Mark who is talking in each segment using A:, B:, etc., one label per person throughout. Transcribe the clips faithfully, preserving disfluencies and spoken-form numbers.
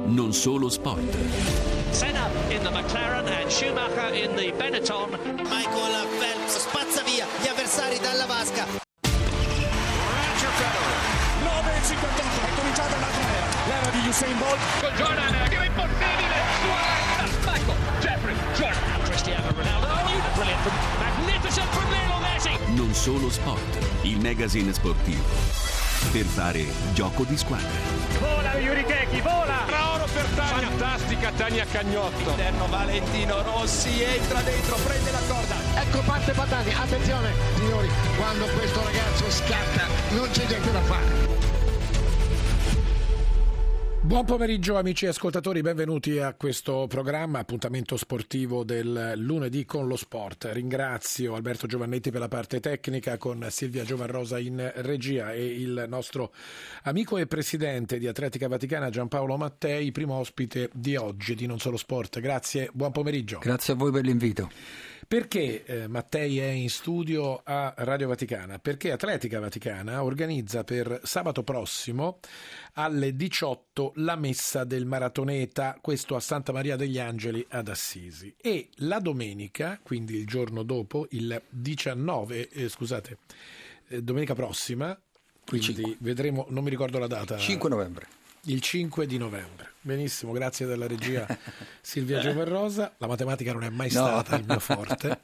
A: Non Solo Sport.
B: Senna in the McLaren and Schumacher in the Benetton.
C: Michael Phelps spazza via gli avversari dalla vasca.
D: Roger Federer, nove e cinquantotto, è cominciata un'altra era. L'era di Usain Bolt.
E: Con Jordan, che è impossibile. Suarez, Michael, Jeffrey, Jordan.
B: Cristiano Ronaldo, brilliant from, magnificent from Lionel Messi.
A: Non Solo Sport, il magazine sportivo per fare gioco di squadra.
E: Vola Yuri Keki, vola! Oro per Tania. Fantastica Tania Cagnotto.
C: Interno Valentino Rossi, entra dentro, prende la corda.
F: Ecco parte Patani, attenzione signori, quando questo ragazzo scatta non c'è niente da fare.
G: Buon pomeriggio amici ascoltatori, benvenuti a questo programma, appuntamento sportivo del lunedì con lo sport. Ringrazio Alberto Giovannetti per la parte tecnica, con Silvia Giovarrosa in regia e il nostro amico e presidente di Atletica Vaticana Giampaolo Mattei, primo ospite di oggi di Non Solo Sport. Grazie, buon pomeriggio.
H: Grazie a voi per l'invito.
G: Perché eh, Mattei è in studio a Radio Vaticana? Perché Atletica Vaticana organizza per sabato prossimo alle diciotto la messa del maratoneta, questo a Santa Maria degli Angeli ad Assisi, e la domenica, quindi il giorno dopo, il diciannove, eh, scusate, eh, domenica prossima, quindi cinque. Vedremo, non mi ricordo la data.
H: cinque novembre.
G: Il cinque di novembre. Benissimo, grazie della regia Silvia Giovarrosa. La matematica non è mai stata no. il mio forte.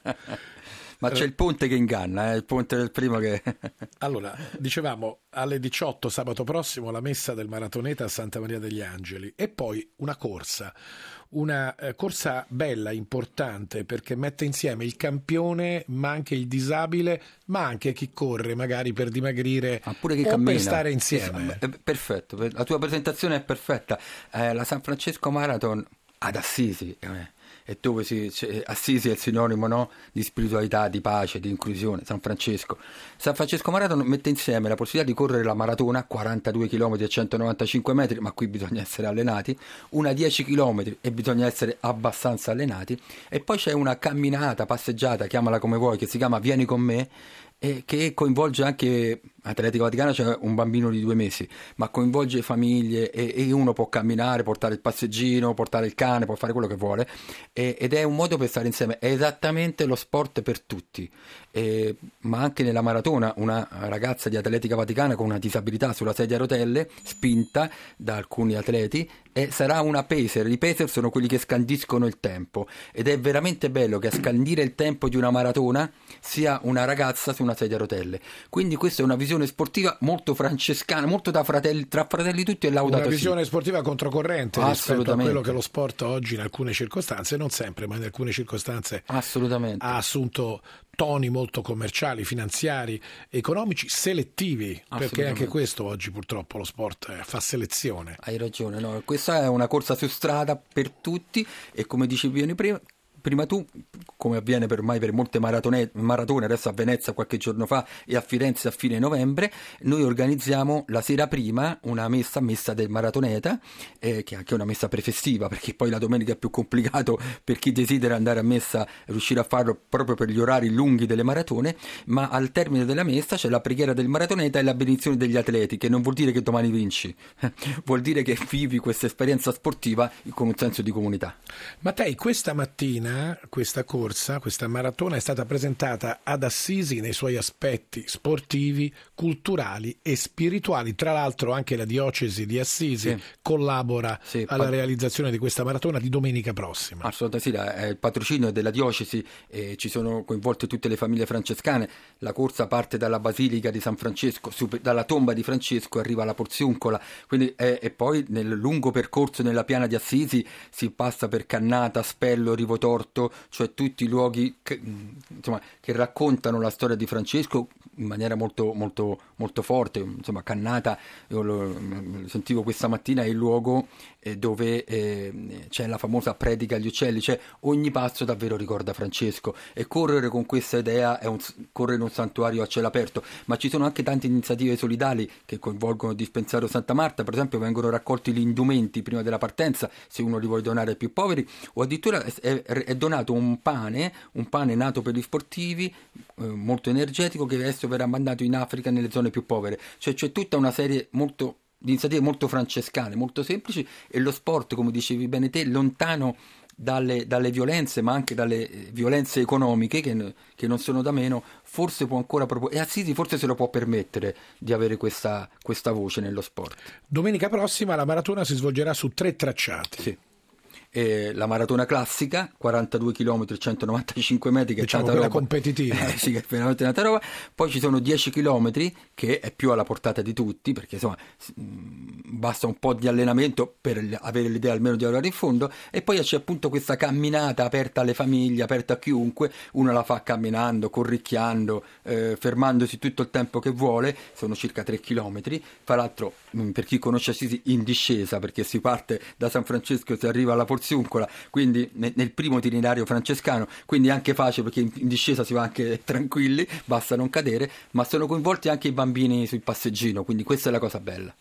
H: Ma c'è il ponte che inganna, eh? Il ponte del primo che...
G: Allora, dicevamo, alle diciotto sabato prossimo la messa del maratoneta a Santa Maria degli Angeli e poi una corsa. Una eh, corsa bella, importante, perché mette insieme il campione, ma anche il disabile, ma anche chi corre magari per dimagrire
H: ah, pure chi
G: o
H: cammina.
G: Per stare insieme.
H: Sì, perfetto, la tua presentazione è perfetta. Eh, la San Francesco Marathon ad Assisi, eh. E dove si, Assisi è il sinonimo, no? Di spiritualità, di pace, di inclusione. San Francesco San Francesco Marathon mette insieme la possibilità di correre la maratona, quarantadue chilometri e centonovantacinque metri, ma qui bisogna essere allenati, una dieci chilometri e bisogna essere abbastanza allenati, e poi c'è una camminata, passeggiata, chiamala come vuoi, che si chiama Vieni con me, e che coinvolge anche Atletica Vaticana, c'è un bambino di due mesi, ma coinvolge famiglie e, e uno può camminare, portare il passeggino, portare il cane, può fare quello che vuole, e, ed è un modo per stare insieme, è esattamente lo sport per tutti. E, ma anche nella maratona una ragazza di Atletica Vaticana con una disabilità sulla sedia a rotelle, spinta da alcuni atleti, e sarà una pacer. I pacer sono quelli che scandiscono il tempo, ed è veramente bello che a scandire il tempo di una maratona sia una ragazza su una sedia a rotelle. Quindi questa è una visione sportiva molto francescana, molto da fratelli, tra fratelli tutti, e laudato.
G: Una visione sportiva controcorrente rispetto a quello che lo sport oggi in alcune circostanze, non sempre, ma in alcune circostanze
H: assolutamente
G: ha assunto toni molto commerciali, finanziari, economici, selettivi, perché anche questo oggi purtroppo lo sport fa selezione.
H: Hai ragione, no? Questa è una corsa su strada per tutti, e come dicevi prima Prima tu, come avviene per ormai per molte maratone, maratone, adesso a Venezia qualche giorno fa e a Firenze a fine novembre, noi organizziamo la sera prima una messa, messa del maratoneta, eh, che è anche una messa prefestiva, perché poi la domenica è più complicato per chi desidera andare a messa, riuscire a farlo proprio per gli orari lunghi delle maratone, ma al termine della messa c'è la preghiera del maratoneta e la benedizione degli atleti, che non vuol dire che domani vinci, vuol dire che vivi questa esperienza sportiva con un senso di comunità.
G: Mattei, questa mattina questa corsa, questa maratona è stata presentata ad Assisi nei suoi aspetti sportivi, culturali e spirituali. Tra l'altro anche la diocesi di Assisi sì. collabora sì, alla pat- realizzazione di questa maratona di domenica prossima.
H: Assolutamente sì, è il patrocinio della diocesi, eh, ci sono coinvolte tutte le famiglie francescane. La corsa parte dalla Basilica di San Francesco, super, dalla tomba di Francesco arriva alla Porziuncola, quindi, eh, e poi nel lungo percorso nella piana di Assisi si passa per Cannata, Spello, Rivotorto, cioè tutti i luoghi che, insomma, che raccontano la storia di Francesco in maniera molto, molto, molto forte. Insomma, Cannata, io lo, lo sentivo questa mattina, è il luogo eh, dove eh, c'è la famosa predica agli uccelli, cioè ogni passo davvero ricorda Francesco, e correre con questa idea è un, correre in un santuario a cielo aperto. Ma ci sono anche tante iniziative solidali che coinvolgono il dispensario Santa Marta, per esempio vengono raccolti gli indumenti prima della partenza, se uno li vuole donare ai più poveri, o addirittura è, è, è donato un pane, un pane nato per gli sportivi, eh, molto energetico, che adesso verrà mandato in Africa nelle zone più povere. Cioè c'è tutta una serie molto di iniziative molto francescane, molto semplici, e lo sport, come dicevi bene te, lontano dalle, dalle violenze, ma anche dalle violenze economiche che, che non sono da meno, forse può ancora proporre, e Assisi forse se lo può permettere di avere questa, questa voce nello sport.
G: Domenica prossima la maratona si svolgerà su tre tracciati.
H: Sì. E la maratona classica, quarantadue chilometri, centonovantacinque metri, che
G: diciamo
H: è tanta
G: quella
H: roba.
G: competitiva.
H: Eh, sì, che è veramente tanta roba. Poi ci sono dieci chilometri, che è più alla portata di tutti, perché insomma basta un po' di allenamento per avere l'idea almeno di arrivare in fondo, e poi c'è appunto questa camminata aperta alle famiglie, aperta a chiunque. Uno la fa camminando, corricchiando, eh, fermandosi tutto il tempo che vuole. Sono circa tre chilometri, fra l'altro per chi conosce Assisi in discesa, perché si parte da San Francesco e si arriva alla Porziuncola, quindi nel primo itinerario francescano, quindi è anche facile perché in discesa si va anche tranquilli, basta non cadere, ma sono coinvolti anche i bambini sul passeggino, quindi questa è la cosa bella.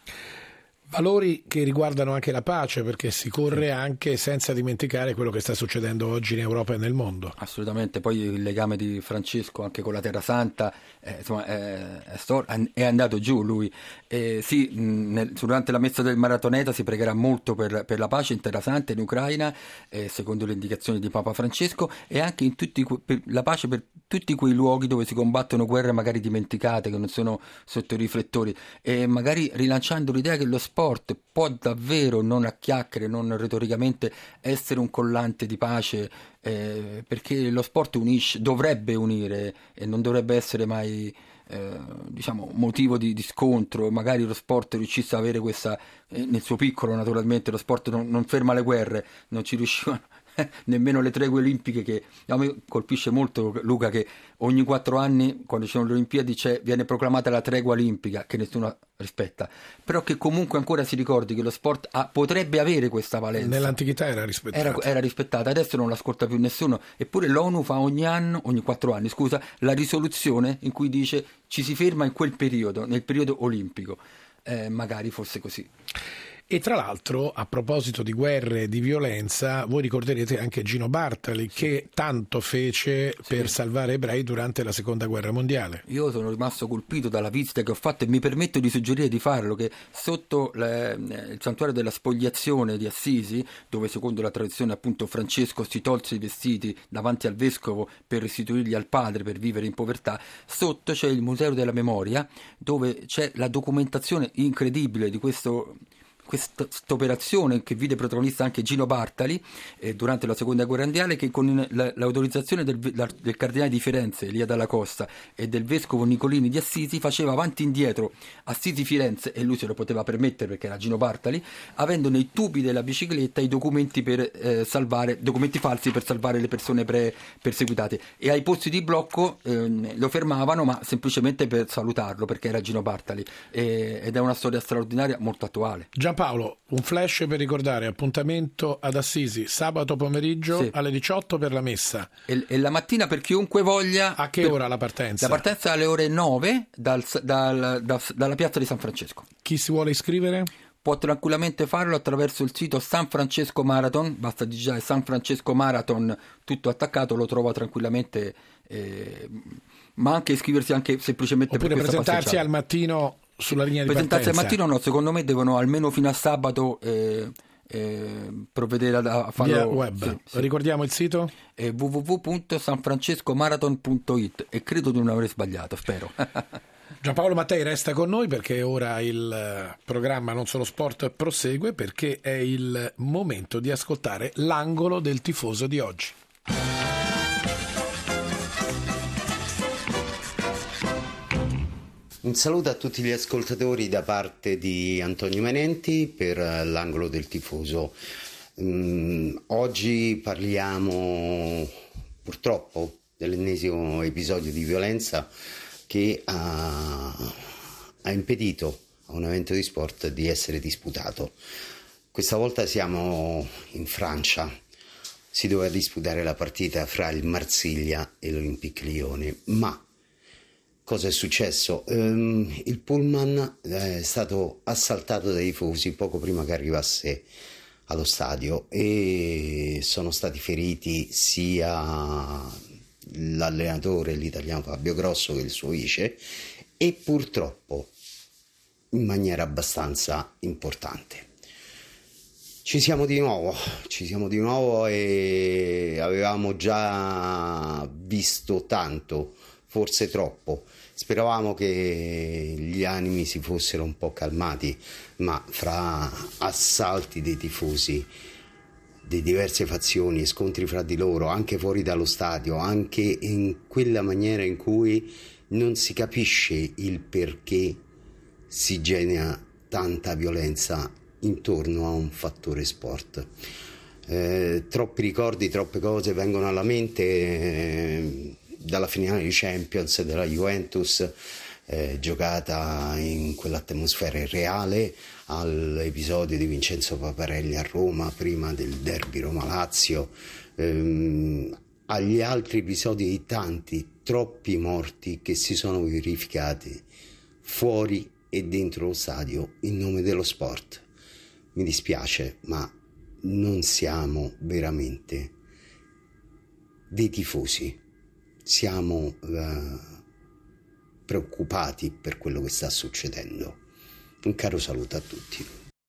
G: Valori che riguardano anche la pace, perché si corre anche senza dimenticare quello che sta succedendo oggi in Europa e nel mondo.
H: Assolutamente, poi il legame di Francesco anche con la Terra Santa, eh, insomma, è, è, stor- è andato giù lui. Eh, sì, nel, durante la messa del Maratoneta si pregherà molto per, per la pace in Terra Santa, in Ucraina, eh, secondo le indicazioni di Papa Francesco, e anche in tutti que- per la pace per tutti quei luoghi dove si combattono guerre magari dimenticate, che non sono sotto i riflettori, e magari rilanciando l'idea che lo sport può davvero, non a chiacchiere, non retoricamente, essere un collante di pace, eh, perché lo sport unisce, dovrebbe unire e non dovrebbe essere mai eh, diciamo motivo di, di scontro. Magari lo sport riuscisse ad avere questa, eh, nel suo piccolo naturalmente, lo sport non, non ferma le guerre, non ci riuscivano nemmeno le tregue olimpiche, che a me colpisce molto, Luca, che ogni quattro anni quando ci sono le Olimpiadi c'è, viene proclamata la tregua olimpica, che nessuno rispetta, però che comunque ancora si ricordi che lo sport ha, potrebbe avere questa valenza.
G: Nell'antichità era rispettata.
H: Era, era rispettata, adesso non l'ascolta più nessuno, eppure l'ONU fa ogni anno, ogni quattro anni scusa, la risoluzione in cui dice ci si ferma in quel periodo, nel periodo olimpico. Eh, magari fosse così.
G: E tra l'altro, a proposito di guerre e di violenza, voi ricorderete anche Gino Bartali, sì, che tanto fece sì. per salvare ebrei durante la seconda guerra mondiale.
H: Io sono rimasto colpito dalla visita che ho fatto, e mi permetto di suggerire di farlo, che sotto le, il santuario della spogliazione di Assisi, dove secondo la tradizione appunto Francesco si tolse i vestiti davanti al vescovo per restituirli al padre per vivere in povertà, sotto c'è il Museo della Memoria, dove c'è la documentazione incredibile di questo questa operazione che vide protagonista anche Gino Bartali eh, durante la seconda guerra mondiale, che con la, l'autorizzazione del, del cardinale di Firenze Elia Dalla Costa e del vescovo Nicolini di Assisi faceva avanti e indietro Assisi-Firenze, e lui se lo poteva permettere perché era Gino Bartali, avendo nei tubi della bicicletta i documenti per eh, salvare documenti falsi per salvare le persone pre- perseguitate, e ai posti di blocco eh, lo fermavano, ma semplicemente per salutarlo perché era Gino Bartali, e, ed è una storia straordinaria, molto attuale.
G: Paolo, un flash per ricordare: appuntamento ad Assisi sabato pomeriggio sì. alle diciotto per la messa,
H: e, e la mattina per chiunque voglia.
G: A che
H: per,
G: ora la partenza?
H: La partenza alle ore nove dal, dal, da, dalla piazza di San Francesco.
G: Chi si vuole iscrivere?
H: Può tranquillamente farlo attraverso il sito San Francesco Marathon, basta digitare San Francesco Marathon tutto attaccato, lo trova tranquillamente, eh, ma anche iscriversi anche semplicemente
G: oppure
H: per questa
G: presentarsi
H: passeggiata.
G: al mattino sulla linea di
H: presentarsi
G: partenza.
H: al mattino no, secondo me devono almeno fino a sabato eh, eh, provvedere a, a farlo
G: via web.
H: Sì, sì.
G: Ricordiamo il sito?
H: Eh, w w w punto san francesco marathon punto i t, e credo di non aver sbagliato, spero.
G: Giampaolo Mattei resta con noi, perché ora il programma Non Solo Sport prosegue, perché è il momento di ascoltare l'angolo del tifoso di oggi.
I: Un saluto a tutti gli ascoltatori da parte di Antonio Menenti per l'angolo del tifoso. Mm, oggi parliamo purtroppo dell'ennesimo episodio di violenza che ha, ha impedito a un evento di sport di essere disputato. Questa volta siamo in Francia, si doveva disputare la partita fra il Marsiglia e l'Olympique Lione, ma cosa è successo? Um, il pullman è stato assaltato dai tifosi poco prima che arrivasse allo stadio, e sono stati feriti sia l'allenatore, l'italiano Fabio Grosso, che il suo vice, e purtroppo in maniera abbastanza importante. Ci siamo di nuovo, ci siamo di nuovo e avevamo già visto tanto, forse troppo. Speravamo che gli animi si fossero un po' calmati, ma fra assalti dei tifosi di diverse fazioni, scontri fra di loro, anche fuori dallo stadio, anche in quella maniera in cui non si capisce il perché si genera tanta violenza intorno a un fattore sport. Eh, troppi ricordi, troppe cose vengono alla mente eh, dalla finale di Champions della Juventus eh, giocata in quell'atmosfera irreale, all'episodio di Vincenzo Paparelli a Roma prima del derby Roma-Lazio, ehm, agli altri episodi di tanti, troppi morti che si sono verificati fuori e dentro lo stadio in nome dello sport. Mi dispiace, ma non siamo veramente dei tifosi, siamo eh, preoccupati per quello che sta succedendo. Un caro saluto a tutti.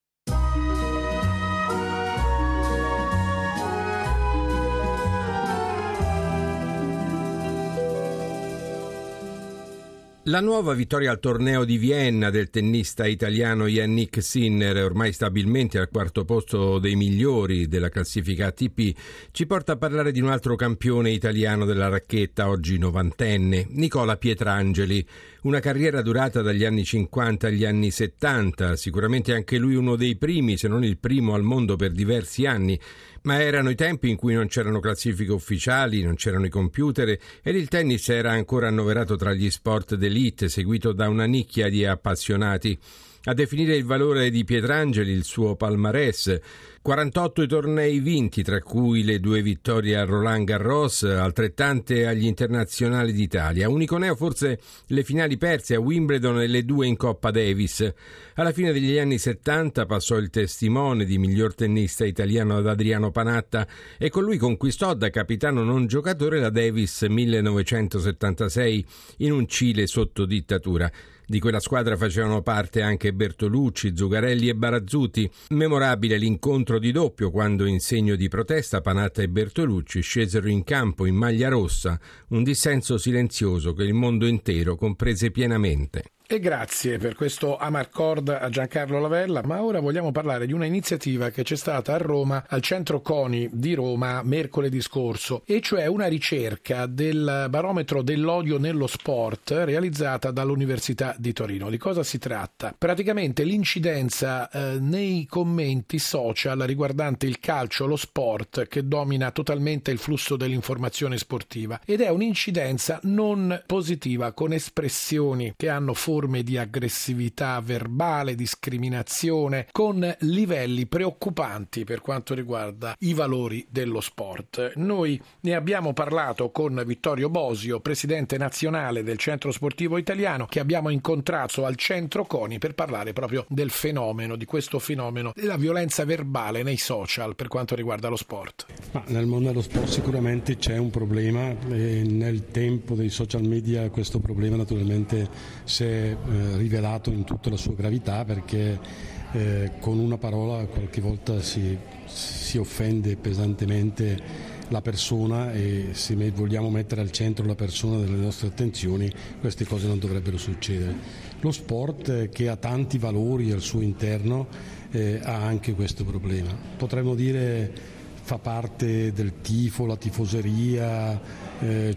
J: La nuova vittoria al torneo di Vienna del tennista italiano Jannik Sinner, ormai stabilmente al quarto posto dei migliori della classifica A T P, ci porta a parlare di un altro campione italiano della racchetta, oggi novantenne, Nicola Pietrangeli. Una carriera durata dagli anni cinquanta agli anni settanta, sicuramente anche lui uno dei primi, se non il primo al mondo per diversi anni, ma erano i tempi in cui non c'erano classifiche ufficiali, non c'erano i computer ed il tennis era ancora annoverato tra gli sport d'élite, seguito da una nicchia di appassionati. A definire il valore di Pietrangeli il suo palmarès: quarantotto i tornei vinti, tra cui le due vittorie a Roland Garros, altrettante agli internazionali d'Italia. Unico neo forse le finali perse a Wimbledon e le due in Coppa Davis. Alla fine degli anni settanta passò il testimone di miglior tennista italiano ad Adriano Panatta e con lui conquistò da capitano non giocatore la Davis millenovecentosettantasei in un Cile sotto dittatura. Di quella squadra facevano parte anche Bertolucci, Zugarelli e Barazzuti. Memorabile l'incontro di doppio quando, in segno di protesta, Panatta e Bertolucci scesero in campo in maglia rossa, un dissenso silenzioso che il mondo intero comprese pienamente.
G: E grazie per questo Amarcord a Giancarlo Lavella, ma ora vogliamo parlare di una iniziativa che c'è stata a Roma, al Centro CONI di Roma, mercoledì scorso, e cioè una ricerca del barometro dell'odio nello sport realizzata dall'Università di Torino. Di cosa si tratta? Praticamente l'incidenza eh, nei commenti social riguardante il calcio, lo sport, che domina totalmente il flusso dell'informazione sportiva, ed è un'incidenza non positiva, con espressioni che hanno forme di aggressività verbale, discriminazione, con livelli preoccupanti per quanto riguarda i valori dello sport. Noi ne abbiamo parlato con Vittorio Bosio, presidente nazionale del Centro Sportivo Italiano, che abbiamo incontrato al Centro CONI per parlare proprio del fenomeno, di questo fenomeno della violenza verbale nei social per quanto riguarda lo sport.
K: Ma nel mondo dello sport sicuramente c'è un problema e nel tempo dei social media questo problema naturalmente si è Eh, rivelato in tutta la sua gravità, perché eh, con una parola qualche volta si, si offende pesantemente la persona, e se vogliamo mettere al centro la persona delle nostre attenzioni queste cose non dovrebbero succedere. Lo sport, eh, che ha tanti valori al suo interno, eh, ha anche questo problema. Potremmo dire fa parte del tifo, la tifoseria, eh,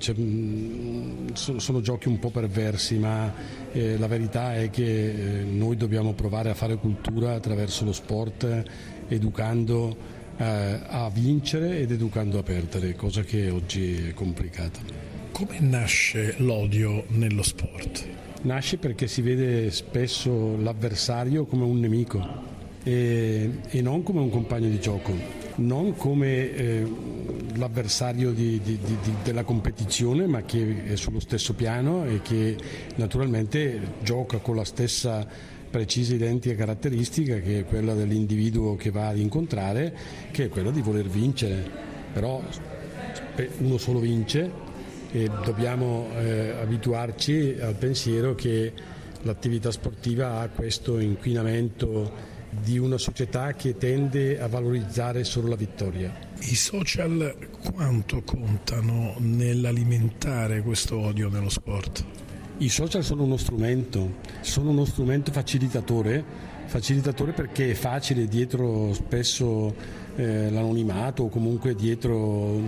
K: sono, sono giochi un po' perversi, ma eh, la verità è che eh, noi dobbiamo provare a fare cultura attraverso lo sport, educando eh, a vincere ed educando a perdere, cosa che oggi è complicata.
G: Come nasce l'odio nello sport?
K: Nasce perché si vede spesso l'avversario come un nemico e, e non come un compagno di gioco. Non come eh, l'avversario di, di, di, della competizione, ma che è sullo stesso piano e che naturalmente gioca con la stessa precisa identica caratteristica, che è quella dell'individuo che va ad incontrare, che è quella di voler vincere. Però uno solo vince e dobbiamo eh, abituarci al pensiero che l'attività sportiva ha questo inquinamento di una società che tende a valorizzare solo la vittoria.
G: I social quanto contano nell'alimentare questo odio nello sport?
K: I social sono uno strumento, sono uno strumento facilitatore, facilitatore perché è facile dietro spesso eh, l'anonimato o comunque dietro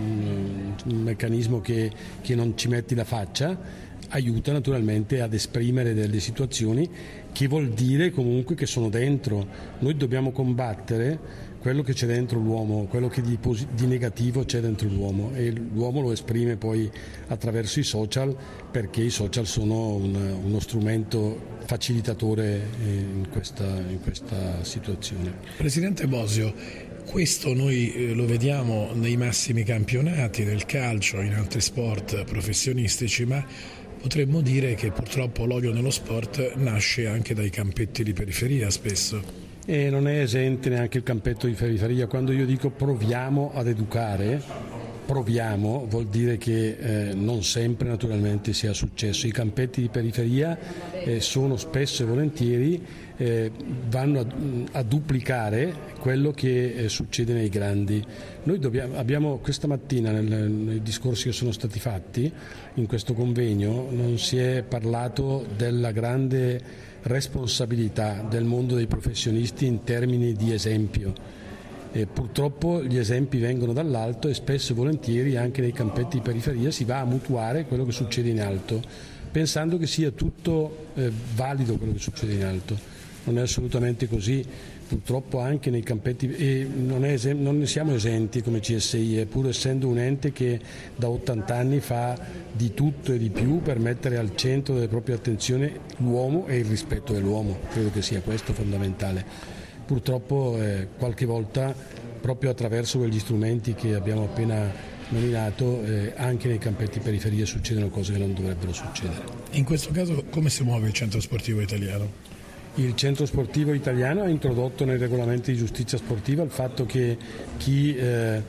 K: un, un meccanismo che, che non ci metti la faccia, aiuta naturalmente ad esprimere delle situazioni che vuol dire comunque che sono dentro. Noi dobbiamo combattere quello che c'è dentro l'uomo, quello che di, posi- di negativo c'è dentro l'uomo, e l'uomo lo esprime poi attraverso i social, perché i social sono un, uno strumento facilitatore in questa, in questa situazione.
G: Presidente Bosio, questo noi lo vediamo nei massimi campionati del calcio, in altri sport professionistici, ma potremmo dire che purtroppo l'odio nello sport nasce anche dai campetti di periferia spesso.
K: E non è esente neanche il campetto di periferia. Quando io dico proviamo ad educare, proviamo vuol dire che eh, non sempre naturalmente sia successo. I campetti di periferia eh, sono spesso e volentieri eh, vanno a, a duplicare quello che eh, succede nei grandi. Noi dobbiamo, abbiamo questa mattina nel, nei discorsi che sono stati fatti in questo convegno non si è parlato della grande responsabilità del mondo dei professionisti in termini di esempio. E purtroppo gli esempi vengono dall'alto e spesso e volentieri anche nei campetti di periferia si va a mutuare quello che succede in alto, pensando che sia tutto eh, valido quello che succede in alto. Non è assolutamente così. Purtroppo anche nei campetti, e non, è esem- non ne siamo esenti come C S I, pur essendo un ente che da ottanta anni fa di tutto e di più per mettere al centro delle proprie attenzioni l'uomo e il rispetto dell'uomo. Credo che sia questo fondamentale. Purtroppo eh, qualche volta, proprio attraverso quegli strumenti che abbiamo appena nominato, eh, anche nei campetti periferie succedono cose che non dovrebbero succedere.
G: In questo caso come si muove il centro sportivo italiano?
K: Il centro sportivo italiano ha introdotto nei regolamenti di giustizia sportiva il fatto che chi eh,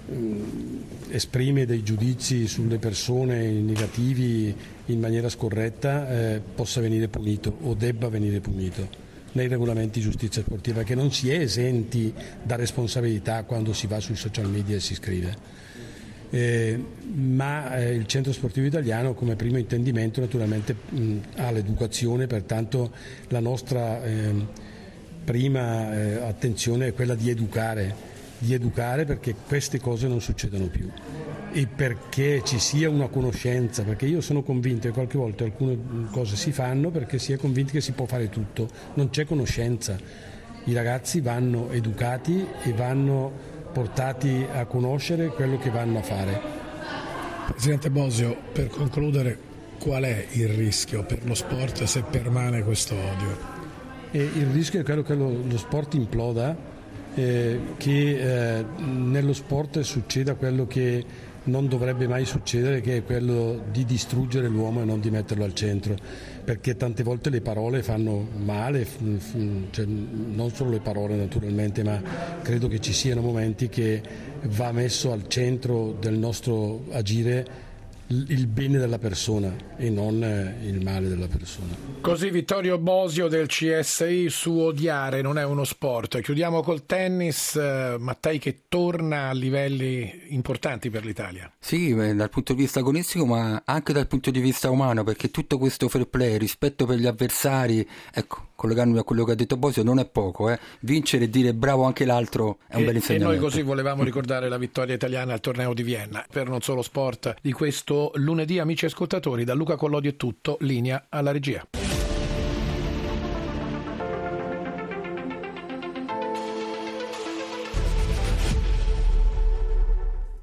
K: esprime dei giudizi sulle persone negativi in maniera scorretta eh, possa venire punito o debba venire punito nei regolamenti di giustizia sportiva, che non si è esenti da responsabilità quando si va sui social media e si scrive. Eh, ma eh, il centro sportivo italiano come primo intendimento naturalmente mh, ha l'educazione, pertanto la nostra eh, prima eh, attenzione è quella di educare, di educare perché queste cose non succedano più e perché ci sia una conoscenza, perché io sono convinto che qualche volta alcune cose si fanno perché si è convinti che si può fare tutto, non c'è conoscenza. I ragazzi vanno educati e vanno portati a conoscere quello che vanno a fare.
G: Presidente Bosio, per concludere, qual è il rischio per lo sport se permane questo odio?
K: E il rischio è quello che lo, lo sport imploda, eh, che eh, nello sport succeda quello che non dovrebbe mai succedere, che è quello di distruggere l'uomo e non di metterlo al centro, perché tante volte le parole fanno male, cioè, non solo le parole naturalmente, ma credo che ci siano momenti che va messo al centro del nostro agire il bene della persona e non il male della persona.
G: Così Vittorio Bosio del C S I su odiare non è uno sport. Chiudiamo col tennis, Mattei che torna a livelli importanti per l'Italia.
H: Sì, dal punto di vista agonistico ma anche dal punto di vista umano, perché tutto questo fair play, rispetto per gli avversari, ecco, collegandomi a quello che ha detto Bosio, non è poco, eh. Vincere e dire bravo anche l'altro è un
G: e,
H: bel insegnamento.
G: E noi così volevamo ricordare la vittoria italiana al torneo di Vienna. Per Non Solo Sport di questo lunedì, amici ascoltatori, da Luca Collodi è tutto, linea alla regia.